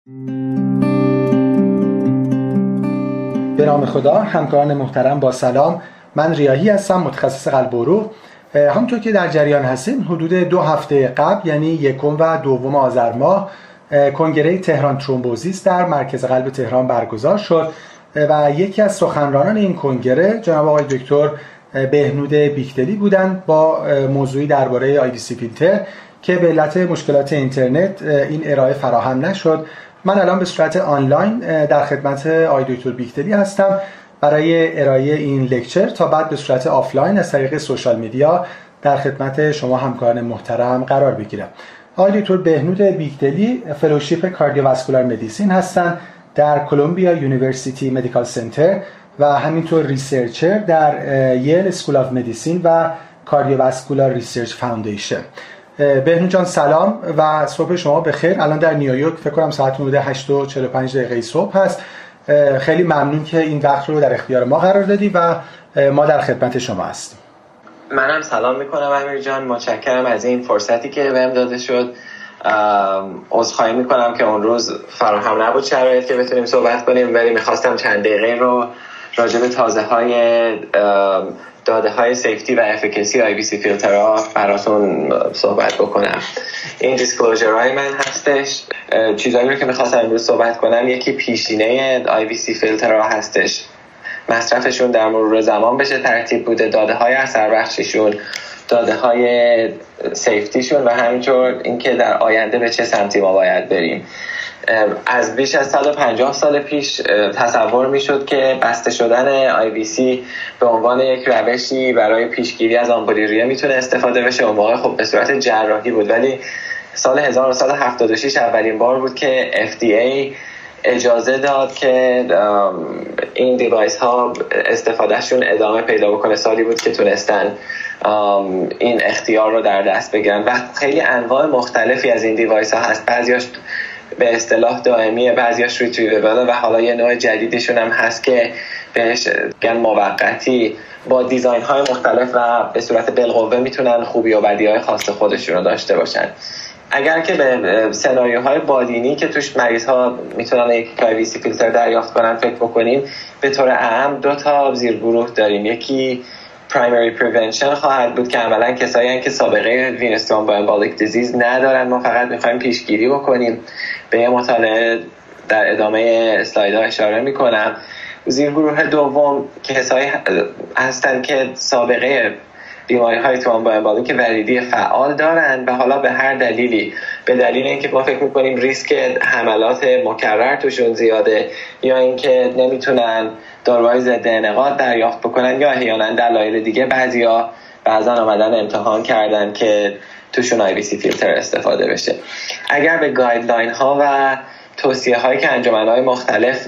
به نام خدا. همکاران محترم با سلام. من ریاحی هستم، متخصص قلب و عروق. همونطور که در جریان هستیم حدود 2 هفته قبل، یعنی 1 و 2 آذر ماه، کنگره تهران ترومبوزیس در مرکز قلب تهران برگزار شد و یکی از سخنرانان این کنگره جناب آقای دکتر بهنود بیکدلی بودند با موضوعی درباره IVC فیلتر که به علت مشکلات اینترنت این ارائه فراهم نشد. من الان به صورت آنلاین در خدمت آقای دکتر بیکدلی هستم برای ارائه این لکچر تا بعد به صورت آفلاین از طریق سوشال میدیا در خدمت شما همکاران محترم قرار بگیرم. آقای دکتر بهنود بیکدلی فلوشیپ کاردیوواسکولار مدیسین هستند در کلمبیا یونیورسیتی مدیکال سنتر و همینطور ریسرچر در ییل اسکول آف مدیسین و کاردیوواسکولار ریسرچ فاوندیشن. بهنود جان سلام و صبح شما بخیر. الان در نیویورک فکر کنم ساعت حدود 8:45 صبح هست. خیلی ممنون که این وقت رو در اختیار ما قرار دادی و ما در خدمت شما هستیم. منم سلام میکنم امیر جان، متشکرم از این فرصتی که بهم داده شد. عذرخواهی میکنم که اون روز فراهم نبود شرایط که بتونیم صحبت کنیم، ولی میخواستم چند دقیقه رو راجع به تازه‌های داده های سیفتی و افیکسی IVC فیلترها براتون صحبت بکنم. این دیسکلوزر های من هستش. چیزایی رو که میخواستم امروز صحبت کنم، یکی پیشینه IVC فیلترها هستش، مصرفشون در مرور زمان بشه ترتیب بوده، داده های اثر بخشیشون، داده های سیفتیشون و همینطور اینکه در آینده به چه سمتی ما باید بریم. از بیش از 150 سال پیش تصور میشد که بسته شدن IVC به عنوان یک روشی برای پیشگیری از آمبولی میتونه استفاده بشه. اون موقع خب به صورت جراحی بود، ولی سال 1976 اولین بار بود که FDA اجازه داد که این دیوایس ها استفادهشون ادامه پیدا بکنه. سالی بود که تونستن این اختیار رو در دست بگیرن و خیلی انواع مختلفی از این دیوایس ها هست. بعضیاش به اصطلاح دائمیه، بعضیاش ریتریویبل و حالا یه نوع جدیدشون هم هست که بهش میگن موقتی، با دیزاین های مختلف و به صورت بالقوه میتونن خوبی و بدی های خاص خودشون رو داشته باشن. اگر که به سناریوهای بادینی که توش مریض ها میتونن یک IVC فیلتر دریافت کنن فکر بکنیم، به طور اهم 2 زیرگروه داریم. یکی primary prevention خواهد بود که عملا کسایی هستند که سابقه venous thromboembolic disease ندارن. ما فقط میخوایم پیشگیری بکنیم. به یه مطالعه در ادامه اسلایدها اشاره میکنم. زیرگروه دوم کسایی هستن که سابقه بیماری های ترومبوامبولیک وریدی فعال دارن و حالا به هر دلیلی، به دلیل اینکه ما فکر میکنیم ریسک حملات مکرر توشون زیاده، یا اینکه نمیتونن داروهای ضد انعقاد دریافت بکنن، یا احیانا دلایل دیگه، بعضیا بعضا آمدن امتحان کردن که توشون IVC فیلتر استفاده بشه. اگر به گایدلاین ها و توصیه هایی که انجمن‌های مختلف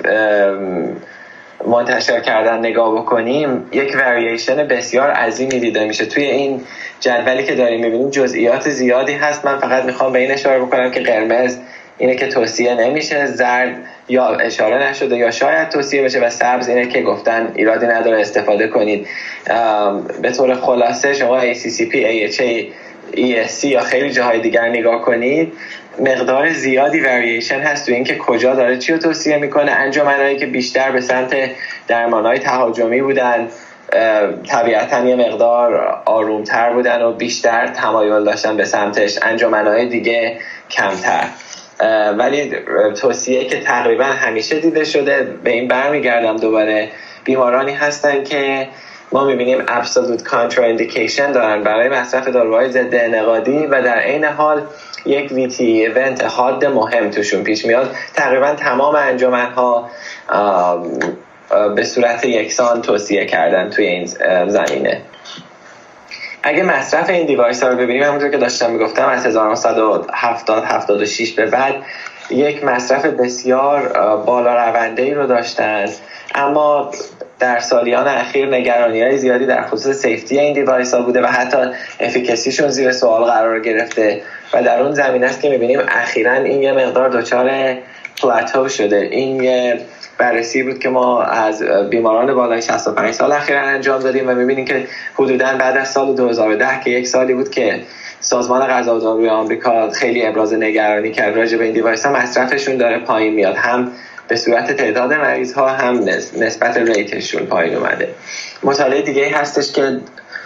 منتشر کردن نگاه بکنیم، یک ورییشن بسیار عظیمی دیده میشه. توی این جدولی که داریم میبینیم جزئیات زیادی هست. من فقط میخوام به این اشاره بکنم که قرمز اینه که توصیه نمیشه، زرد یا اشاره نشده یا شاید توصیه بشه و سبز اینه که گفتن ایرادی نداره استفاده کنید. به طور خلاصه شما ACCP، AHA، ESC یا خیلی جاهای دیگر نگاه کنید، مقدار زیادی ورییشن هست تو این که کجا داره چی رو توصیه میکنه. انجمنایی که بیشتر به سمت درمانهای تهاجمی بودن طبیعتاً یه مقدار آرومتر بودن و بیشتر تمایل داشتن به سمتش، انجمنهای دیگه کمتر. ولی توصیه که تقریبا همیشه دیده شده، به این برمیگردم دوباره، بیمارانی هستن که ما میبینیم absolute contraindication دارن برای مصرف داروهای ضد انعقادی و در عین حال یک VT ایونت حاد مهم توشون پیش میاد. تقریبا تمام انجمن‌ها به صورت یکسان توصیه کردن توی این زمینه. اگه مصرف این دیوایس ها رو ببینیم، همونطور که داشتم میگفتم از 1970-76 به بعد یک مصرف بسیار بالا رونده‌ای رو داشتن، اما در سالیان اخیر نگرانی‌های زیادی در خصوص سیفتی این دیوایس ها بوده و حتی افیکاسیشون زیر سوال قرار گرفته و در اون زمینه است که می‌بینیم اخیراً این یه مقدار دچار پلاتو شده. این بررسی بود که ما از بیماران بالای 65 سال اخیرا انجام دادیم و می‌بینیم که حدوداً بعد از سال 2010 که یک سالی بود که سازمان غذا و داروی آمریکا خیلی ابراز نگرانی کرد راجع به این دیوایس ها، مصرفشون داره پایین میاد، هم به صورت تعداد مریض ها هم نسبت ریتشون پایین اومده. مطالعه دیگه هستش که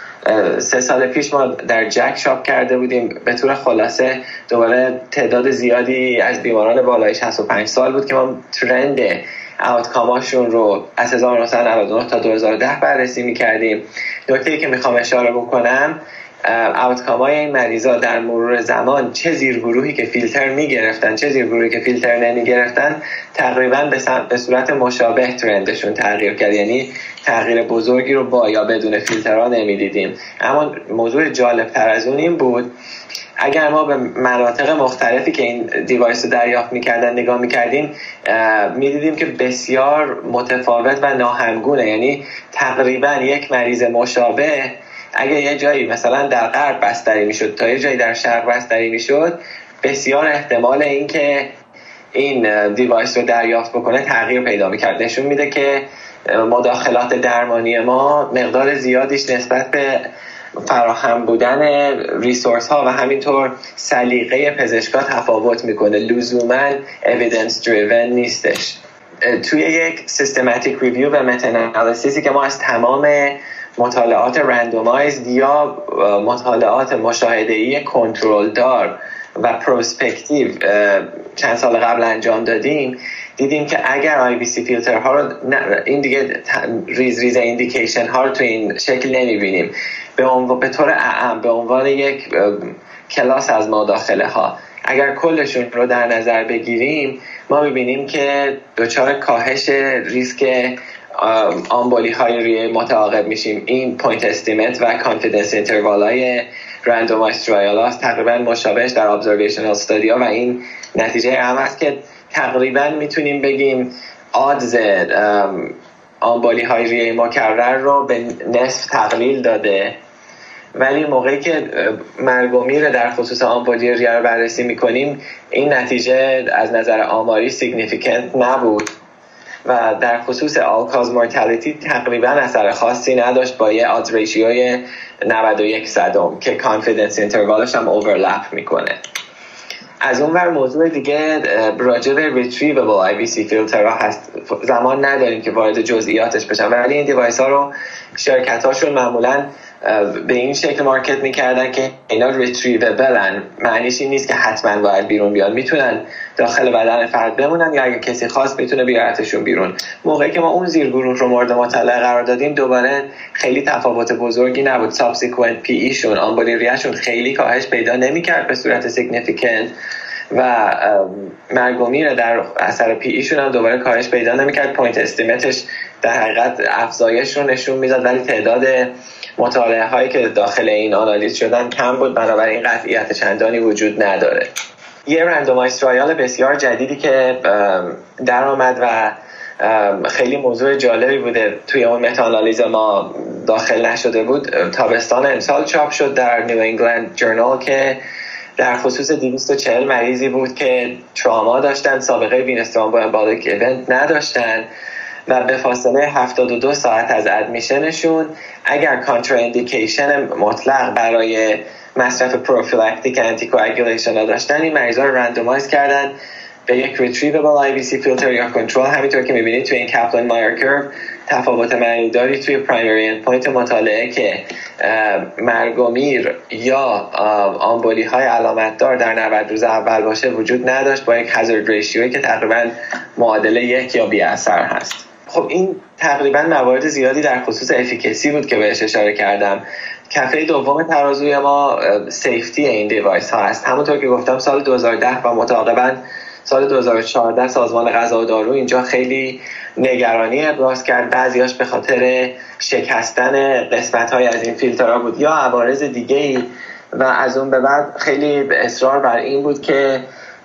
3 سال پیش ما در جک چاپ کرده بودیم، به طور خلاصه دوباره تعداد زیادی از بیماران بالای 65 سال بود که ما ترند آوتکاماشون رو از 1999 تا 2010 بررسی می‌کردیم. نکته‌ای که می‌خوام اشاره بکنم، آوتکامای این مریضا در مرور زمان، چه زیرگروهی که فیلتر می‌گرفتن چه زیرگروهی که فیلتر نمی‌گرفتن، تقریباً به صورت مشابه ترندشون تغییر کرد. یعنی تغییر بزرگی رو با یا بدون فیلترها نمی‌دیدیم. اما موضوع جالب‌تر از اون این بود اگر ما به مناطق مختلفی که این دیوایس رو دریافت می‌کردن نگاه می‌کردیم، می‌دیدیم که بسیار متفاوت و ناهمگونه. یعنی تقریباً یک مریض مشابه اگه یه جایی مثلا در غرب بستری میشد تا یه جایی در شرق بستری میشد، بسیار احتمال این که این دیوایس رو دریافت بکنه تغییر پیدا میکرد. نشون میده که مداخلات درمانی ما مقدار زیادیش نسبت به فراهم بودن ریسورس ها و همینطور سلیقه پزشکا تفاوت میکنه، لزوما evidence driven نیستش. توی یک سیستماتیک ریویو و متاانالیسیسی که ما از تمام مطالعات رندومایزد یا مطالعات مشاهده‌ای کنترل دار و پروسپکتیو چند سال قبل انجام دادیم، دیدیم که اگر IVC فیلترها رو این دیگه ریز ایندیکیشن ها رو تو این شکل نمیبینیم، به طور اعم به عنوان یک کلاس از مداخله ها اگر کلشون رو در نظر بگیریم، ما میبینیم که دچار کاهش ریسک آمبولی های ریه متعاقب میشیم. این پوینت استیمیت و کانفیدنس اینتروال های رندومایزد ترایال ها تقریبا مشابهش در ابزرویشنال استادی ها و این نتیجه اهم است که تقریبا میتونیم بگیم آدز آمبولی های ریه مکرر رو به نصف تقلیل داده. ولی موقعی که مرگ و میر در خصوص آمبولی ریه رو بررسی میکنیم، این نتیجه از نظر آماری سیگنیفیکنت نبود و در خصوص آل کاز مورتالیتی تقریبا اثر خاصی نداشت با یه آدز ریشیوی 91% که کانفیدنس اینتروالش هم اوورلپ میکنه. از اون ور موضوع دیگه راجع به ریتریویبل IVC فیلترها هست. زمان نداریم که وارد جزئیاتش بشم، ولی این دیوایس ها رو شرکت هاشون معمولاً به این شکل مارکت میکردن که اینا ریتریویبلن. معنیش این نیست که حتما باید بیرون بیان، میتونن داخل بدن فرد بمونن یا اگه کسی خواست میتونه بیارتشون بیرون. موقعی که ما اون زیرگروه رو مورد مطالعه قرار دادیم، دوباره خیلی تفاوت بزرگی نبود. سابسیکوئنت پی ایشون، آمبولی ریه‌شون خیلی کاهش پیدا نمیکرد به صورت سیگنیفیکنت و مرگ و میر در اثر پی ایشون هم دوباره کاهش پیدا نمیکرد. پوینت استیمیتش در حقیقت افزایش رو نشون میداد، ولی تعداد مطالعه هایی که داخل این آنالیز شدن کم بود، بنابراین قطعیت چندانی وجود نداره. یه رندومایزد ترایال بسیار جدیدی که در آمد و خیلی موضوع جالبی بوده توی اون متاانالیز ما داخل نشده بود، تابستان امسال چاپ شد در نیو انگلند جورنال که در خصوص 240 مریضی بود که تراما داشتن، سابقه وینس ترومبوامبولیک ایونت نداشتن و به فاصله 72 ساعت از ادمیشنشون اگر کانتراندیکیشن مطلق برای مصرف پروفیلاکتیک انتیکواگولیشن ها داشتن، این مریضا رو رندومایز کردن به یک ریتریویبل IVC فیلتر یا کنترل. همینطور که میبینید توی این کپلن مایر کرو تفاوت معنی داری توی پرایمری اندپوینت مطالعه که مرگ و میر یا آمبولی های علامت دار در 90 روز اول باشه وجود نداشت، با یک هازارد ریشیویی که تقریبا معادل 1 یا بی اثر هست. خب این تقریبا موارد زیادی در خصوص افیکسی بود که بهش اشاره کردم. کفه دوم ترازوی ما سیفتی این دیوایس ها هست. همونطور که گفتم سال 2010 و متعاقباً سال 2014 سازمان غذا و دارو اینجا خیلی نگرانی ابراز کرد، بعضیاش به خاطر شکستن قسمت‌های از این فیلترها بود یا عوارض دیگه‌ای، و از اون به بعد خیلی اصرار بر این بود که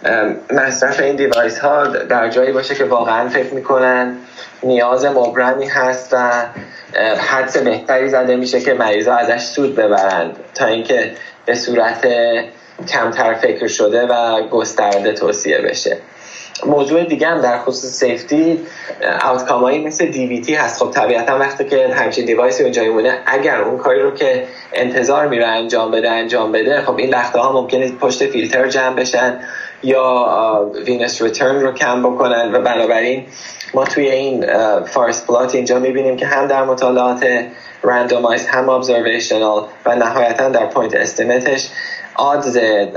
مصرف این دیوایس ها در جایی باشه که واقعا فکر میکنن نیاز مبرمی هست و حدس بهتری زده میشه که مریضا ازش سود ببرند تا اینکه به صورت کمتر فکر شده و گسترده توصیه بشه. موضوع دیگه هم در خصوص سیفتی آوتکامایی مثل DVT هست. خب طبیعتا وقتی که همچین دیوایسی اونجا میمونه، اگر اون کاری رو که انتظار میره انجام بده، خب این لخته ها ممکنه پشت فیلتر جمع بشن یا وینس ریترن رو کم بکنن و بنابراین ما توی این فارست پلات اینجا میبینیم که هم در مطالعات رندومایز هم ابزرویشنال و نهایتا در پوینت استیمیتش آدز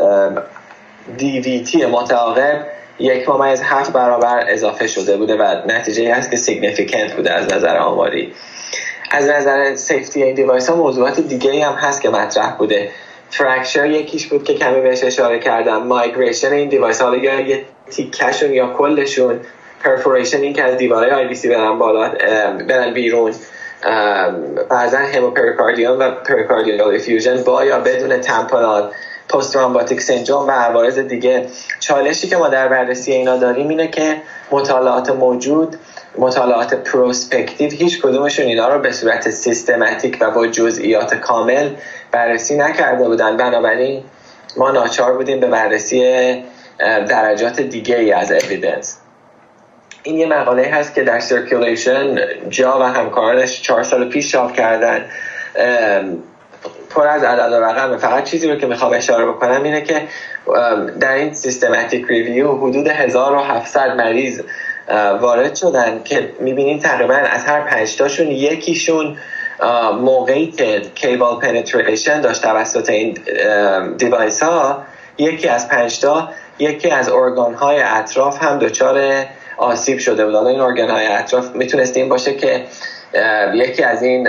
DVT متعاقب 1.7 برابر اضافه شده بوده و نتیجه هست که سیگنیفیکنت بوده از نظر آماری. از نظر سیفتی این دیوایس ها موضوعات دیگه هم هست که مطرح بوده. فرکچر یکیش بود که کمی بهش اشاره کردم، مایگریشن این دیوایس ها یا یه تیکشون یا کلشون، پرفوریشن این که از دیواره IVC برن بیرون، بعضا هموپریکاردیوم و پریکاردیال افیوژن با یا بدون تمپونات، پست ترومبوتیک سندروم و عوارض دیگه. چالشی که ما در بررسی اینا داریم اینه که مطالعات موجود، مطالعات پروسپکتیو، هیچ کدومشون اینا رو به صورت سیستماتیک و با جزئیات کامل بررسی نکرده بودن. بنابراین ما ناچار بودیم به بررسی درجات دیگه ای از اویدنس. این یه مقاله هست که در سرکولیشن جا و همکارانش 4 سال پیش چاپ کردن، پر از عدد و رقم. فقط چیزی رو که میخوام اشاره بکنم اینه که در این سیستماتیک ریویو حدود 1700 مریض وارد شدن که میبینین تقریبا از هر 5 تاشون یکیشون موقعی که کیبل پنتریشن داشت توسط این دیوایس ها، یکی از 5 تا یکی از ارگان های اطراف هم دچار آسیب شده بود. حالا این ارگان های اطراف میتونست این باشه که یکی از این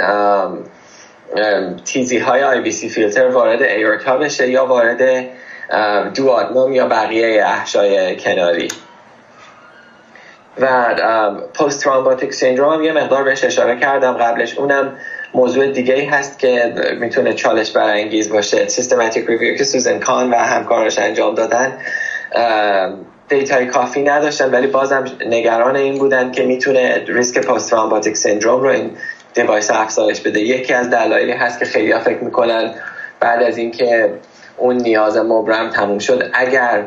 تیزی های IVC فیلتر وارد ایورتا بشه یا وارد دوآدنوم یا بقیه احشای کناری. و پست ترومبوتیک سندروم هم یه مقدار بهش اشاره کردم قبلش، اونم موضوع دیگه‌ای هست که میتونه چالش برانگیز باشه. سیستماتیک ریویو که سوزن کان و همکاراش انجام دادن دیتای کافی نداشتن، ولی بازم نگران این بودن که میتونه ریسک پست ترومبوتیک سندروم رو این دیوایس افزایش بده. یکی از دلایلی هست که خیلی‌ها فکر میکنن بعد از اینکه اون نیاز مبرم تموم شد، اگر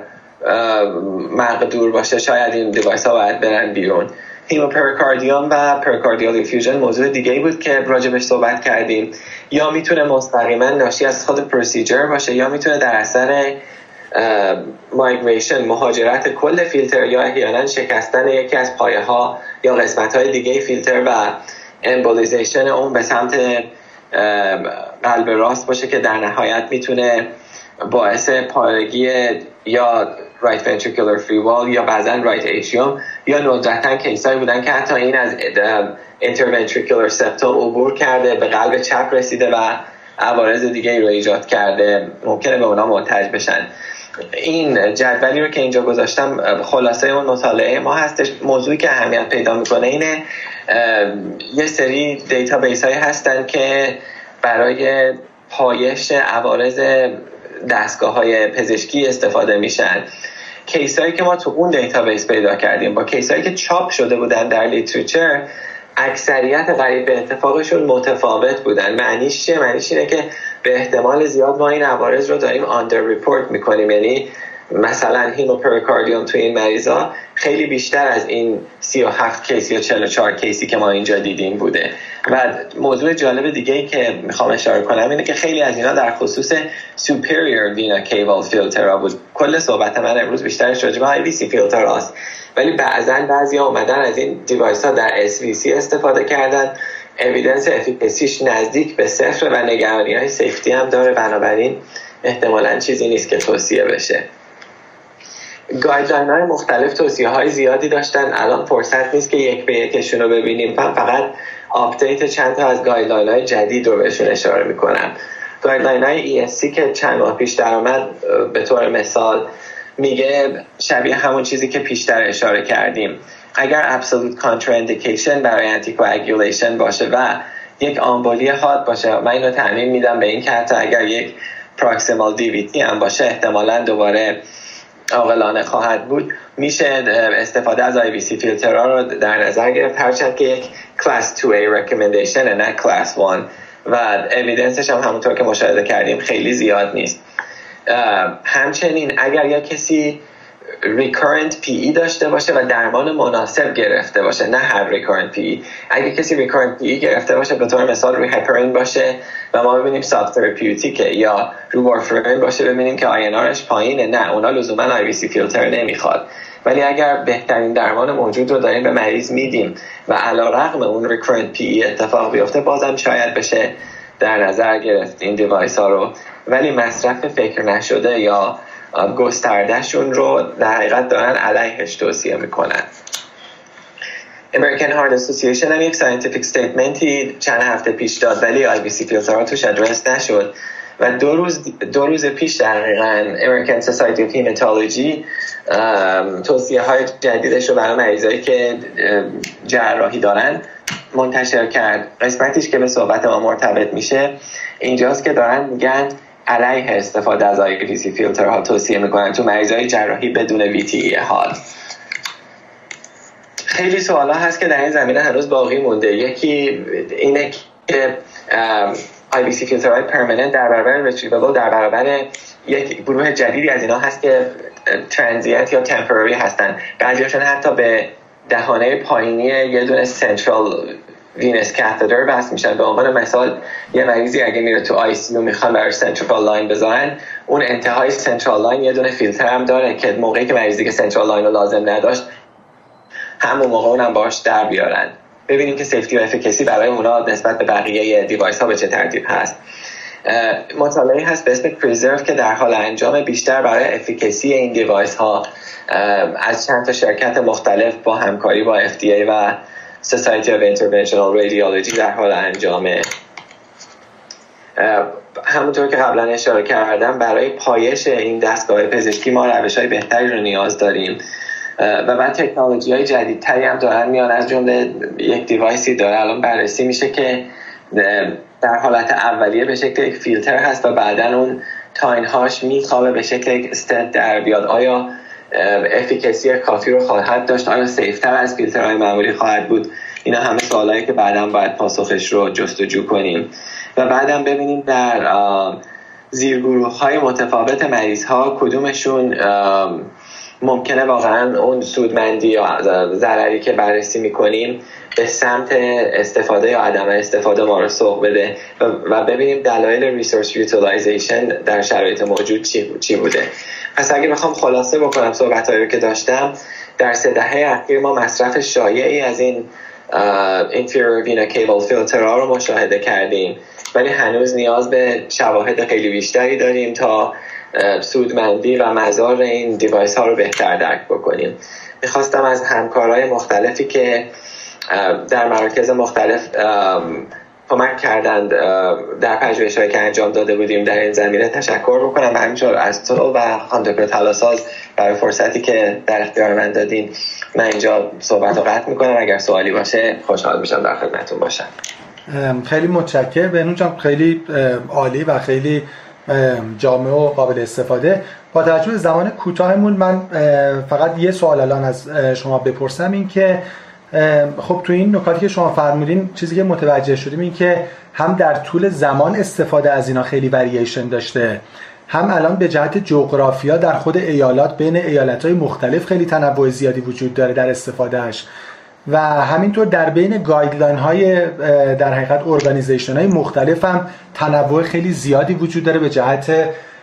مقدور باشه شاید این دیوایس ها باید برن بیرون. هیموپریکاردیوم و پریکاردیال افیوژن موضوع دیگه‌ای بود که راجبش صحبت کردیم. یا میتونه مستقیما ناشی از خود پروسیجر باشه یا میتونه در اثر مایگریشن، مهاجرت کل فیلتر یا احیانا شکستن یکی از پایه ها یا قسمت های دیگه فیلتر و امبولیزیشن اون به سمت قلب راست باشه که در نهایت میتونه باعث پارگی یا right ventricular free wall یا بعضا right atrium یا ندرتا کیسایی بودن که حتی این از interventricular septum عبور کرده به قلب چپ رسیده و عوارض دیگه رو ایجاد کرده، ممکنه به اونا منتج بشن. این جدولی رو که اینجا گذاشتم خلاصه اون مطالعه ما هستش. موضوعی که اهمیت پیدا میکنه اینه یه سری دیتابیس هایی هستن که برای پایش عوارض دستگاه های پزشکی استفاده میشن. کیسایی که ما تو اون دیتابیس پیدا کردیم با کیسایی که چاپ شده بودن در لیتریچر، اکثریت قریب به اتفاقشون متفاوت بودن. معنیش چیه؟ معنیش اینه که به احتمال زیاد ما این عوارض رو داریم آندر ریپورت میکنیم. یعنی مثلا هیموپریکاردیوم توی این مریضا خیلی بیشتر از این 37 کیس یا 44 کیسی که ما اینجا دیدیم بوده. و موضوع جالب دیگه‌ای که میخوام اشاره کنم اینه که خیلی از اینا در خصوص superior vena cava filter بود. کل صحبت من امروز بیشترش راجع به IVC فیلتر هست، ولی بعضیا اومدن از این دیوایس ها در SVC استفاده کردن. اویدنس افیکاسیش نزدیک به 0 و نگرانی های سیفتی هم داره، بنابراین احتمالاً چیزی نیست که توصیه بشه. گایدلاین های مختلف توصیه های زیادی داشتن، الان فرصت نیست که یک به یکشون رو ببینیم. من فقط آپدیت چند تا از گایدلاین های جدید رو بهشون اشاره میکنم. گایدلاین های ESC که چند ماه پیش در آمد به طور مثال میگه شبیه همون چیزی که پیشتر اشاره کردیم، اگر absolute contraindication برای انتیکواگولیشن باشه و یک آمبولی حاد باشه، من اینو تعمیم میدم به این که حتی اگر یک پراکسیمال DVT هم باشه احتمالاً دوباره عاقلانه خواهد بود، میشه استفاده از IVC فیلترها رو در نظر گرفت، هرچند که یک کلاس 2A recommendation نه کلاس 1 و اویدنسش هم همونطور که مشاهده کردیم خیلی زیاد نیست. همچنین اگر یا کسی recurrent PE داشته باشه و درمان مناسب گرفته باشه، نه هر recurrent PE. اگه کسی recurrent PE گرفته باشه به طور مثال روی هپارین باشه و ما ببینیم ساب تراپیوتیکه، یا رو وارفرین باشه ببینیم که INRش پایینه، نه اونا لزوما IVC فیلتر نمیخواد. ولی اگر بهترین درمان موجود رو داریم به مریض میدیم و علیرغم اون recurrent PE اتفاق بیفته، بازم شاید بشه در نظر گرفت این دیوایس ها رو، ولی مصرف فکر نشده یا گستردهشون رو در حقیقت دارن علیهش توصیه میکنن. American Heart Association هم یک scientific statementی چند هفته پیش داد، ولی IVC فیلترها توش ادرس نشد و دو روز پیش دقیقاً American Society of Hematology توصیه های جدیدش رو برای مریضایی که جراحی دارن منتشر کرد. قسمتیش که به صحبت ما مرتبط میشه اینجاست که دارن میگن علیه استفاده از IVC فیلترها توصیه میکنن تو مریضای جراحی بدون VTE حال. خیلی سوالا هست که در این زمینه هنوز باقی مونده. یکی اینه که IVC فیلترهای پرمننت در برابر ریتریوبل در برابر یک گروه جدیدی از اینا هست که ترانزیت یا تمپرری هستن. بعضیاشون حتی به دهانه پایینی یه دونه سنترال وینس کاتتر بس میشن. به عنوان مثال یه مریضی اگه میره تو آی سی یو میخوان برای سنترال لاین بذارن، اون انتهای سنترال لاین یه دونه فیلتر هم داره که موقعی که مریضی که سنترال لاین رو لازم نداشت همون موقع اونم باش در بیارن. ببینیم که سیفتی و افیکیسی برای اونا نسبت به بقیه دیوایس ها به چه ترتیب هست. مطالعه هست به اسم پریزرو که در حال انجام بیشتر برای افیکیسی این دیوایس ها از چند تا شرکت مختلف با همکاری با FDA و Society of Interventional Radiology در حال انجامه. همونطور که قبلا اشاره کردم برای پایش این دستگاه پزشکی ما روش‌های بهتری رو نیاز داریم و بعد تکنولوژی های جدیدتری هم دارن میان. از جمله یک دیوایسی داره الان بررسی میشه که در حالت اولیه به شکل یک فیلتر هست و بعدن اون تاینهاش میخوابه به شکل یک استنت در بیاد. آیا افیکیسی کافی رو خواهد داشت؟ آیا سیفتر از فیلترهای معمولی خواهد بود؟ اینا همه سوالایی که بعداً باید پاسخش رو جستجو کنیم و بعداً ببینیم در زیرگروه‌های متفاوت مریض‌ها کدومشون ممکنه واقعاً اون سودمندی یا ضرری که بررسی می‌کنیم به سمت استفاده یا عدم استفاده ما رو سوق بده و ببینیم دلایل ریسورس یوتیلایزیشن در شرایط موجود چی بوده. پس اگه بخوام خلاصه بکنم صحبتایی رو که داشتم، در 3 دهه اخیر ما مصرف شایعی از این inferior vena cava فیلترها رو مشاهده کردیم، ولی هنوز نیاز به شواهد خیلی بیشتری داریم تا سودمندی و مضار این دیوایس ها رو بهتر درک بکنیم. میخواستم از همکارای مختلفی که در مراکز مختلف کمک کردند در پژوهش‌هایی که انجام داده بودیم در این زمینه تشکر بکنم و همینطور از تو و خانم دکتر طلاساز برای فرصتی که در اختیار من دادین. من اینجا صحبت رو قطع میکنم، اگر سوالی باشه خوشحال میشم در خدمتتون باشم. خیلی متشکرم بهنام جان، خیلی عالی و خیلی جامع و قابل استفاده. با توجه به زمان کوتاهمون من فقط یه سوال الان از شما بپرسم، این که خب تو این نکاتی که شما فرمودین چیزی که متوجه شدیم این که هم در طول زمان استفاده از اینا خیلی ورییشن داشته، هم الان به جهت جغرافیا در خود ایالات بین ایالت‌های مختلف خیلی تنوع زیادی وجود داره در استفادهش و همینطور در بین گایدلاین‌های در حقیقت ارگانیزیشن‌های مختلف هم تنوع خیلی زیادی وجود داره به جهت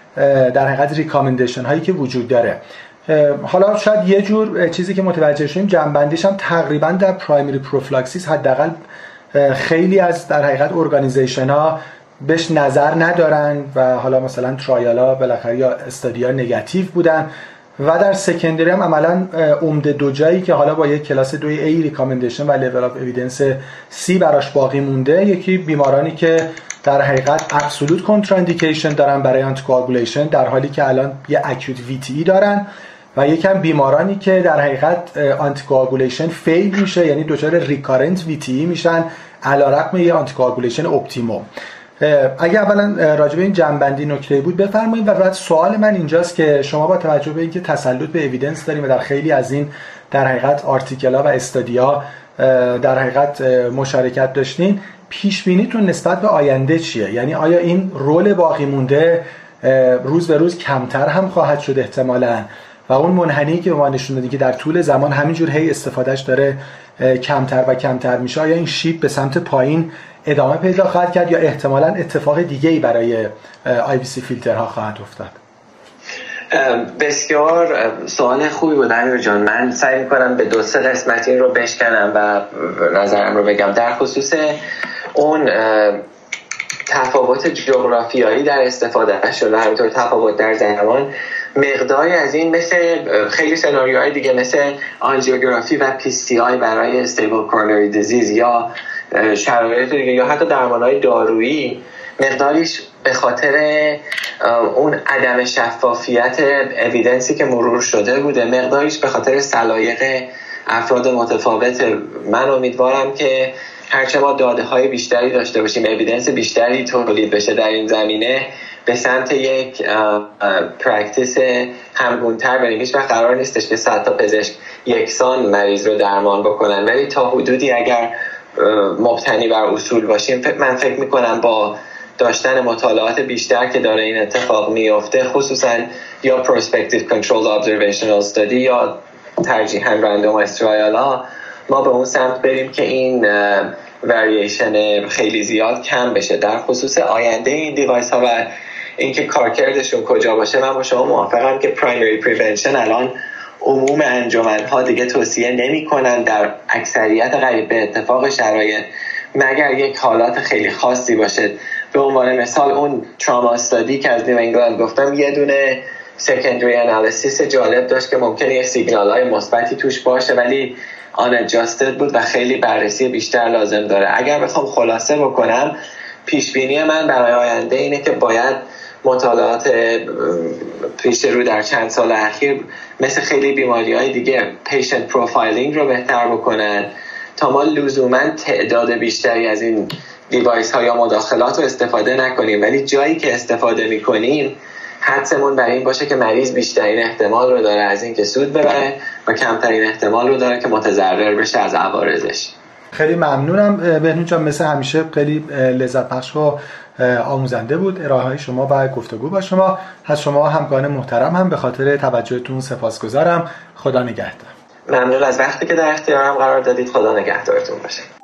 در حقیقت ریکامندیشن هایی که وجود داره. حالا شاید یه جور چیزی که متوجه شدیم جنبندیش هم تقریبا در پرایمری پروفلاکسیس حداقل خیلی از در حقیقت ارگانیزیشن ها بهش نظر ندارن و حالا مثلا ترایال ها بالاخره یا استادیا نگاتیو بودن و در سکندری هم عملا عمده دو جایی که حالا با یک کلاس 2A ریکامندیشن و لیول اف اوییدنس C براش باقی مونده، یکی بیمارانی که در حقیقت ابسولوت کنتراندیکیشن دارن برای آنتیکواگولیشن در حالی که الان یه اکوت VTE دارن و یکم بیمارانی که در حقیقت آنتیکواگولیشن فیل میشه، یعنی دچار ریکارنت VTE میشن علیرغم یه آنتیکواگولیشن اپتیموم. اگه اولا راجع به این جنبندی نکته بود بفرمایید و بعد سوال من اینجاست که شما با توجه به اینکه تسلط به اوییدنس داریم و در خیلی از این در حقیقت آرتیکل‌ها و استادیا در حقیقت مشارکت داشتین، پیش بینیتون نسبت به آینده چیه؟ یعنی آیا این رول باقی مونده روز به روز کمتر هم خواهد شد احتمالاً و اون منحنی که به ما نشون دادی که در طول زمان همینجور هی استفادهش داره کمتر و کمتر میشه، آیا این شیب به سمت پایین ادامه پیدا خواهد کرد یا احتمالاً اتفاق دیگه‌ای برای IBC فیلترها خواهد افتاد؟ بسیار سوال خوبی بود امیر جان. من سعی میکنم به 2-3 قسمت این رو بشکنم و نظرم رو بگم. در خصوص اون تفاوت جغرافیایی در استفادهش و همینطور تفاوت در زمان، مقداری از این مثل خیلی سناریوهای دیگه مثل آنژیوگرافی و PCI برای استیبل کورونری دیزیز یا شرایط دیگه یا حتی درمانهای دارویی، مقداریش به خاطر اون عدم شفافیت اویدنسی که مرور شده بوده، مقداریش به خاطر سلایق افراد متفاوت. من امیدوارم که هرچه ما داده های بیشتری داشته باشیم، اویدنس بیشتری تولید بشه در این زمینه، به سمت یک پرکتیس همگونتر بریم. هیچ وقت قرار نیستش که 100 تا پزشک یکسان مریض رو درمان بکنن، ولی تا حدودی اگر مبتنی بر اصول باشیم، من فکر میکنم با داشتن مطالعات بیشتر که داره این اتفاق میفته، خصوصا یا prospective controlled observational study یا ترجیحاً randomized trial ها، ما به اون سمت بریم که این ورییشن خیلی زیاد کم بشه. در خصوص آینده این دیوایس ها و اینکه کارکردشون کجا باشه، من با شما موافقم که پرایمری پریونشن الان عموم انجمن‌ها دیگه توصیه نمی‌کنن در اکثریت قریب به اتفاق شرایط، مگر یک حالات خیلی خاصی باشه. به عنوان مثال اون تراما استادی که از نیو انگلند گفتم، یه دونه سکندری انالیسیس جالب داشت که ممکنه یه سیگنال‌های مثبتی توش باشه ولی unadjusted بود و خیلی بررسی بیشتر لازم داره. اگر بخوام خلاصه بکنم، پیش بینی من برای آینده اینه که باید مطالعات پیش رو در چند سال اخیر مثل خیلی بیماری‌های دیگه پیشنت پروفایلینگ رو بهتر بکنن تا ما لزوما تعداد بیشتری از این دیوایس ها یا مداخلات رو استفاده نکنیم، ولی جایی که استفاده میکنیم حدسمون بر این باشه که مریض بیشترین احتمال رو داره از این که سود ببره و کمترین احتمال رو داره که متضرر بشه از عوارضش. خیلی ممنونم بهنود جان، مثل همیشه خیلی لذت بخش و آموزنده بود ارائه‌های شما و گفتگو با شما. از شما همکاران محترم هم به خاطر توجهتون سپاسگزارم. خدا نگهدار. ممنون از وقتی که در اختیارم قرار دادید. خدا نگهدارتون باشه.